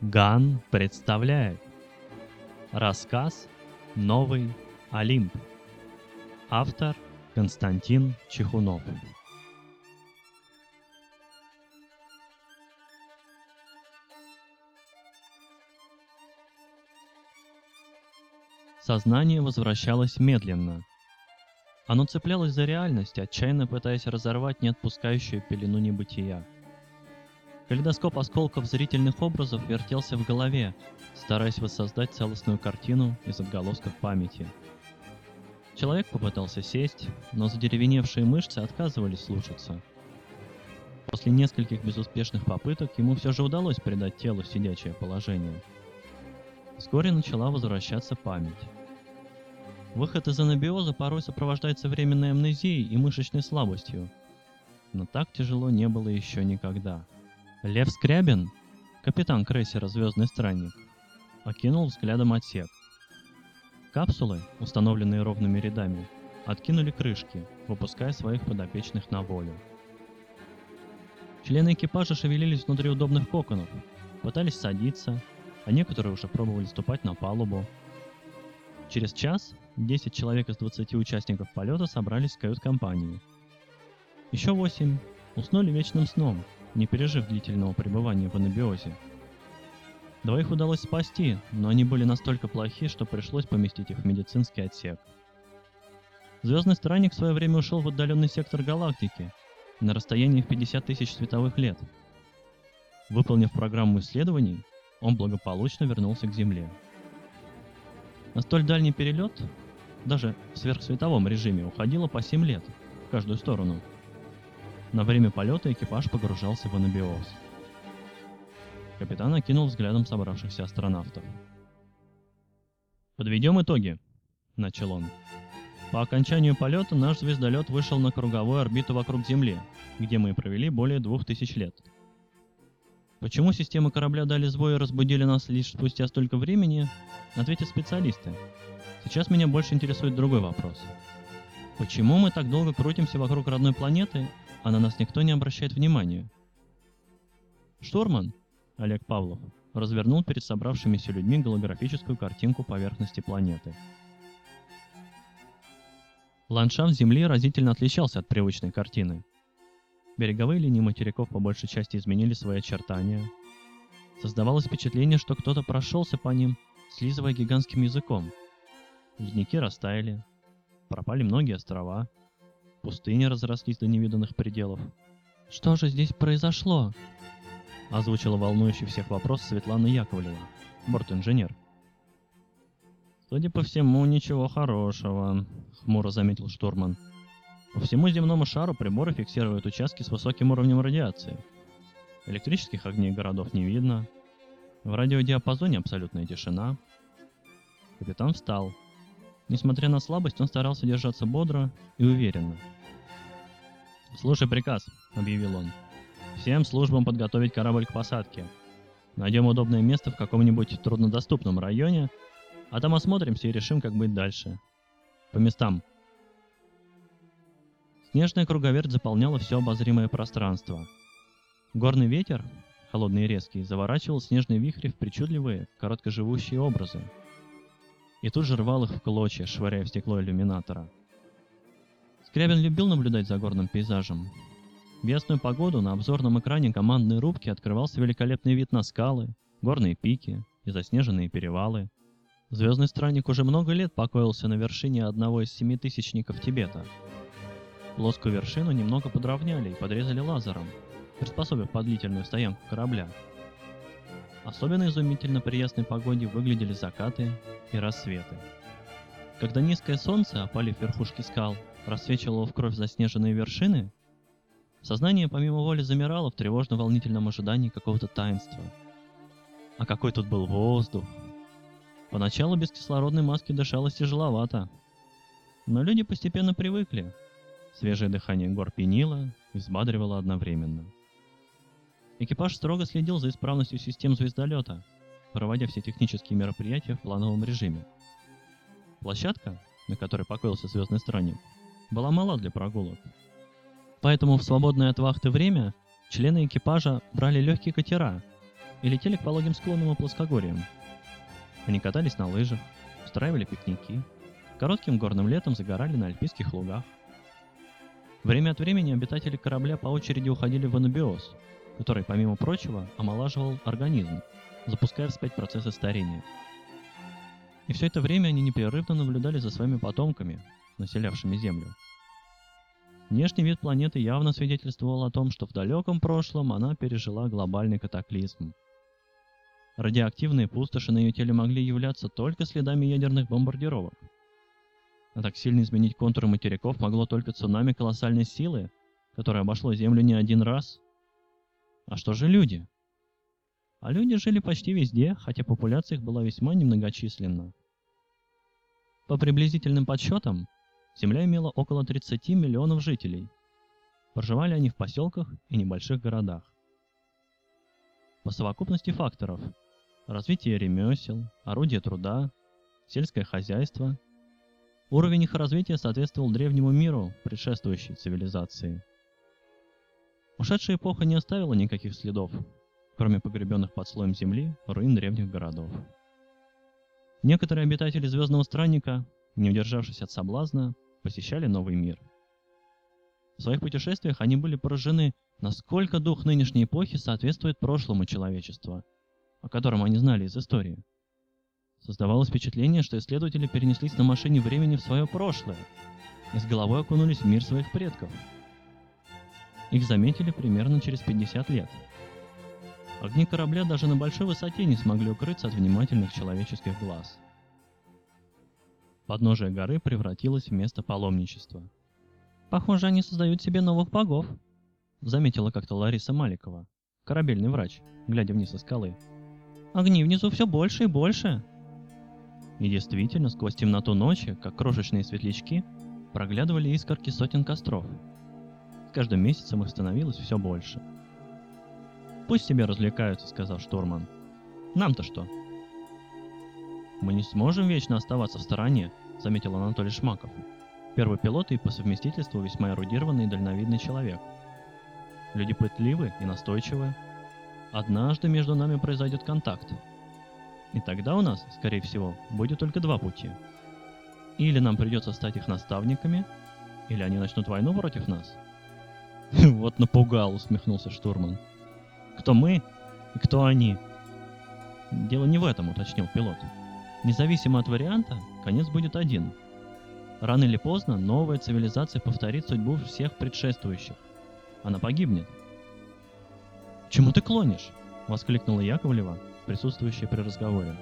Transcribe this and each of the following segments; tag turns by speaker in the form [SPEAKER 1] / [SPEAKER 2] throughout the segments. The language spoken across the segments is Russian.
[SPEAKER 1] Ган представляет рассказ «Новый Олимп». Автор Константин Чехунов. Сознание возвращалось медленно. Оно цеплялось за реальность, отчаянно пытаясь разорвать не отпускающую пелену небытия. Калейдоскоп осколков зрительных образов вертелся в голове, стараясь воссоздать целостную картину из отголосков памяти. Человек попытался сесть, но задеревеневшие мышцы отказывались слушаться. После нескольких безуспешных попыток ему все же удалось придать телу сидячее положение. Вскоре начала возвращаться память. Выход из анабиоза порой сопровождается временной амнезией и мышечной слабостью, но так тяжело не было еще никогда. Лев Скрябин, капитан крейсера «Звездный странник», окинул взглядом отсек. Капсулы, установленные ровными рядами, откинули крышки, выпуская своих подопечных на волю. Члены экипажа шевелились внутри удобных коконов, пытались садиться, а некоторые уже пробовали ступать на палубу. Через час 10 человек из 20 участников полета собрались в кают-компании. Еще 8 уснули вечным сном, не пережив длительного пребывания в анабиозе. 2 удалось спасти, но они были настолько плохи, что пришлось поместить их в медицинский отсек. Звездный странник в свое время ушел в отдаленный сектор галактики, на расстоянии в 50 тысяч световых лет. Выполнив программу исследований, он благополучно вернулся к Земле. На столь дальний перелет, даже в сверхсветовом режиме, уходило по 7 лет в каждую сторону. На время полета экипаж погружался в анабиоз. Капитан окинул взглядом собравшихся астронавтов. «Подведем итоги», — начал он. «По окончанию полета наш звездолет вышел на круговую орбиту вокруг Земли, где мы провели более 2000 лет. Почему системы корабля дали сбой и разбудили нас лишь спустя столько времени, ответят специалисты. Сейчас меня больше интересует другой вопрос. Почему мы так долго крутимся вокруг родной планеты, а на нас никто не обращает внимания?» Штурман Олег Павлов развернул перед собравшимися людьми голографическую картинку поверхности планеты. Ландшафт Земли разительно отличался от привычной картины. Береговые линии материков по большей части изменили свои очертания. Создавалось впечатление, что кто-то прошелся по ним, слизывая гигантским языком. Ледники растаяли, пропали многие острова, пустыни разрослись до невиданных пределов. «Что же здесь произошло?» — озвучила волнующий всех вопрос Светлана Яковлева, бортинженер. «Судя по всему, ничего хорошего», — хмуро заметил штурман. «По всему земному шару приборы фиксируют участки с высоким уровнем радиации. Электрических огней городов не видно. В радиодиапазоне абсолютная тишина». Капитан встал. Несмотря на слабость, он старался держаться бодро и уверенно. «Слушай приказ», — объявил он. «Всем службам подготовить корабль к посадке. Найдем удобное место в каком-нибудь труднодоступном районе, а там осмотримся и решим, как быть дальше. По местам». Снежная круговерть заполняла все обозримое пространство. Горный ветер, холодный и резкий, заворачивал снежные вихри в причудливые, короткоживущие образы. И тут же рвал их в клочья, швыряя в стекло иллюминатора. Скрябин любил наблюдать за горным пейзажем. В ясную погоду на обзорном экране командной рубки открывался великолепный вид на скалы, горные пики и заснеженные перевалы. Звездный странник уже много лет покоился на вершине одного из 7000-ников Тибета. Плоскую вершину немного подровняли и подрезали лазером, приспособив под длительную стоянку корабля. Особенно изумительно при ясной погоде выглядели закаты и рассветы. Когда низкое солнце, опалив верхушки скал, рассвечивало в кровь заснеженные вершины, сознание помимо воли замирало в тревожно-волнительном ожидании какого-то таинства. А какой тут был воздух! Поначалу без кислородной маски дышалось тяжеловато, но люди постепенно привыкли. Свежее дыхание гор пьянило и взбадривало одновременно. Экипаж строго следил за исправностью систем звездолета, проводя все технические мероприятия в плановом режиме. Площадка, на которой покоился звездный странник, была мала для прогулок. Поэтому в свободное от вахты время члены экипажа брали легкие катера и летели к пологим склонам и плоскогорьям. Они катались на лыжах, устраивали пикники, коротким горным летом загорали на альпийских лугах. Время от времени обитатели корабля по очереди уходили в анабиоз, который, помимо прочего, омолаживал организм, запуская вспять процессы старения. И все это время они непрерывно наблюдали за своими потомками, населявшими Землю. Внешний вид планеты явно свидетельствовал о том, что в далеком прошлом она пережила глобальный катаклизм. Радиоактивные пустоши на ее теле могли являться только следами ядерных бомбардировок. А так сильно изменить контуры материков могло только цунами колоссальной силы, которое обошло Землю не один раз. А что же люди? А люди жили почти везде, хотя популяция их была весьма немногочисленна. По приблизительным подсчетам, Земля имела около 30 миллионов жителей. Проживали они в поселках и небольших городах. По совокупности факторов – развитие ремесел, орудия труда, сельское хозяйство – уровень их развития соответствовал древнему миру, предшествующей цивилизации. Ушедшая эпоха не оставила никаких следов, кроме погребенных под слоем земли руин древних городов. Некоторые обитатели Звездного Странника, не удержавшись от соблазна, посещали новый мир. В своих путешествиях они были поражены, насколько дух нынешней эпохи соответствует прошлому человечества, о котором они знали из истории. Создавалось впечатление, что исследователи перенеслись на машине времени в свое прошлое и с головой окунулись в мир своих предков. Их заметили примерно через 50 лет. Огни корабля даже на большой высоте не смогли укрыться от внимательных человеческих глаз. Подножие горы превратилось в место паломничества. «Похоже, они создают себе новых богов», — заметила как-то Лариса Маликова, корабельный врач, глядя вниз со скалы. «Огни внизу все больше и больше». И действительно, сквозь темноту ночи, как крошечные светлячки, проглядывали искорки сотен костров. С каждым месяцем их становилось все больше. «Пусть себе развлекаются», — сказал штурман. «Нам-то что?» «Мы не сможем вечно оставаться в стороне», — заметил Анатолий Шмаков, первый пилот и по совместительству весьма эрудированный и дальновидный человек. «Люди пытливы и настойчивы. Однажды между нами произойдет контакт. И тогда у нас, скорее всего, будет только два пути. Или нам придется стать их наставниками, или они начнут войну против нас». «Вот напугал», — усмехнулся штурман. «Кто мы и кто они?» «Дело не в этом», — уточнил пилот. «Независимо от варианта, конец будет один. Рано или поздно новая цивилизация повторит судьбу всех предшествующих. Она погибнет». «К чему ты клонишь?» — воскликнула Яковлева, присутствующая при разговоре.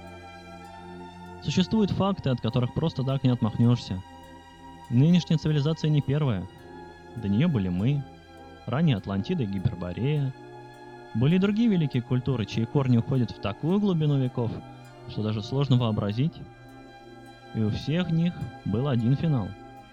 [SPEAKER 1] «Существуют факты, от которых просто так не отмахнешься. Нынешняя цивилизация не первая. До нее были мы, ранее Атлантида и Гиперборея. Были и другие великие культуры, чьи корни уходят в такую глубину веков, что даже сложно вообразить. И у всех них был один финал.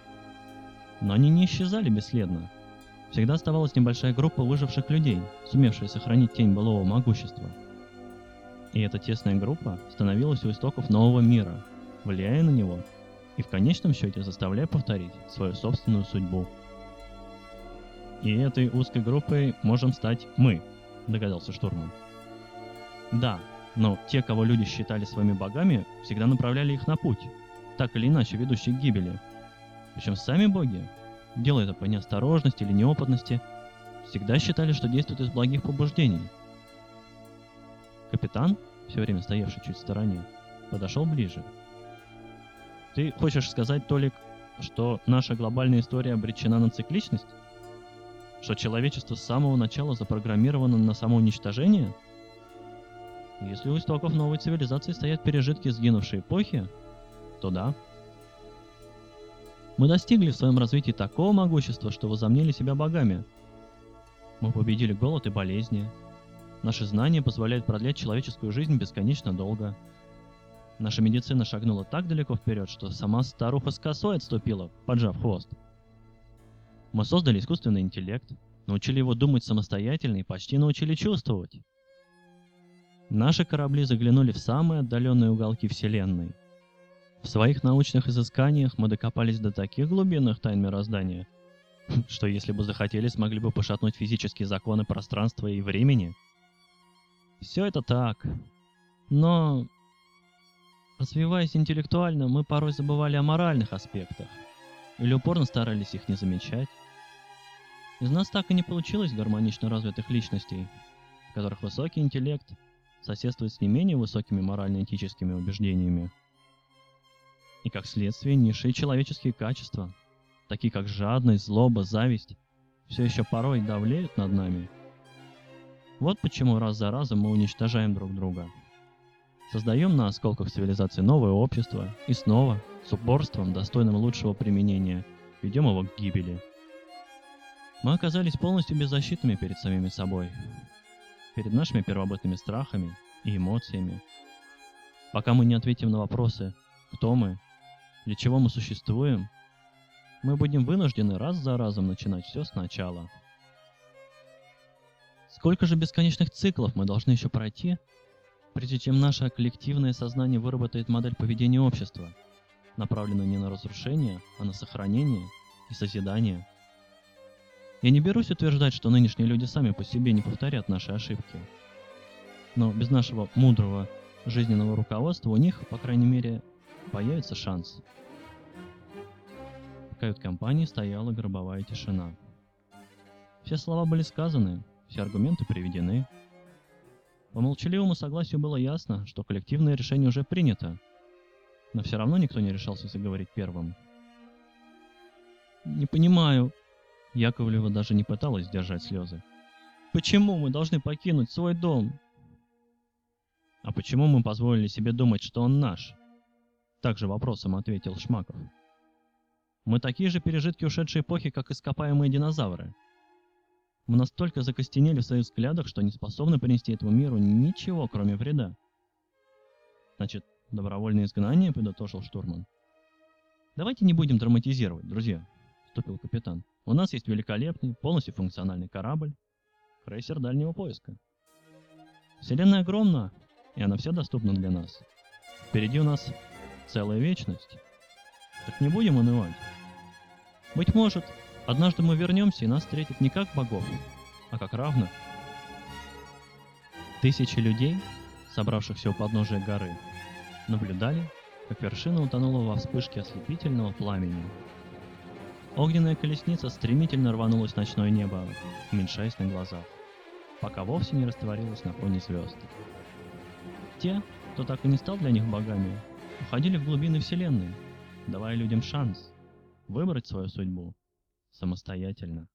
[SPEAKER 1] Но они не исчезали бесследно. Всегда оставалась небольшая группа выживших людей, сумевшая сохранить тень былого могущества. И эта тесная группа становилась у истоков нового мира, влияя на него и в конечном счете заставляя повторить свою собственную судьбу. «И этой узкой группой можем стать мы», — догадался штурман. «Да, но те, кого люди считали своими богами, всегда направляли их на путь, так или иначе ведущий к гибели. Причем сами боги, делая это по неосторожности или неопытности, всегда считали, что действуют из благих побуждений». Капитан, все время стоявший чуть в стороне, подошел ближе. «Ты хочешь сказать, Толик, что наша глобальная история обречена на цикличность? Что человечество с самого начала запрограммировано на самоуничтожение? Если у истоков новой цивилизации стоят пережитки сгинувшей эпохи, то да. Мы достигли в своем развитии такого могущества, что возомнили себя богами. Мы победили голод и болезни. Наши знания позволяют продлять человеческую жизнь бесконечно долго. Наша медицина шагнула так далеко вперед, что сама старуха с косой отступила, поджав хвост. Мы создали искусственный интеллект, научили его думать самостоятельно и почти научили чувствовать. Наши корабли заглянули в самые отдаленные уголки Вселенной. В своих научных изысканиях мы докопались до таких глубинных тайн мироздания, что если бы захотели, смогли бы пошатнуть физические законы пространства и времени. Все это так. Но, развиваясь интеллектуально, мы порой забывали о моральных аспектах или упорно старались их не замечать. Из нас так и не получилось гармонично развитых личностей, в которых высокий интеллект соседствует с не менее высокими морально-этическими убеждениями. И как следствие низшие человеческие качества, такие как жадность, злоба, зависть, все еще порой давлеют над нами. Вот почему раз за разом мы уничтожаем друг друга. Создаем на осколках цивилизации новое общество и снова, с упорством, достойным лучшего применения, ведем его к гибели. Мы оказались полностью беззащитными перед самими собой, перед нашими первобытными страхами и эмоциями. Пока мы не ответим на вопросы, кто мы, для чего мы существуем, мы будем вынуждены раз за разом начинать все сначала. Сколько же бесконечных циклов мы должны еще пройти, прежде чем наше коллективное сознание выработает модель поведения общества, направленную не на разрушение, а на сохранение и созидание? Я не берусь утверждать, что нынешние люди сами по себе не повторят наши ошибки. Но без нашего мудрого жизненного руководства у них, по крайней мере, появится шанс. В кают-компании стояла гробовая тишина. Все слова были сказаны, все аргументы приведены. По молчаливому согласию было ясно, что коллективное решение уже принято, но все равно никто не решался заговорить первым. «Не понимаю», Яковлева даже не пыталась сдержать слезы. «Почему мы должны покинуть свой дом?» «А почему мы позволили себе думать, что он наш?» Также вопросом ответил Шмаков. «Мы такие же пережитки ушедшей эпохи, как ископаемые динозавры. Мы настолько закостенели в своих взглядах, что не способны принести этому миру ничего, кроме вреда». «Значит, добровольное изгнание?» — подытожил штурман. «Давайте не будем драматизировать, друзья», — вступил капитан. «У нас есть великолепный, полностью функциональный корабль, крейсер дальнего поиска. Вселенная огромна, и она вся доступна для нас. Впереди у нас целая вечность. Так не будем унывать. Быть может, однажды мы вернемся, и нас встретят не как богов, а как равных». Тысячи людей, собравшихся у подножия горы, наблюдали, как вершина утонула во вспышке ослепительного пламени. Огненная колесница стремительно рванулась в ночное небо, уменьшаясь на глазах, пока вовсе не растворилась на фоне звезд. Те, кто так и не стал для них богами, уходили в глубины Вселенной, давая людям шанс выбрать свою судьбу самостоятельно.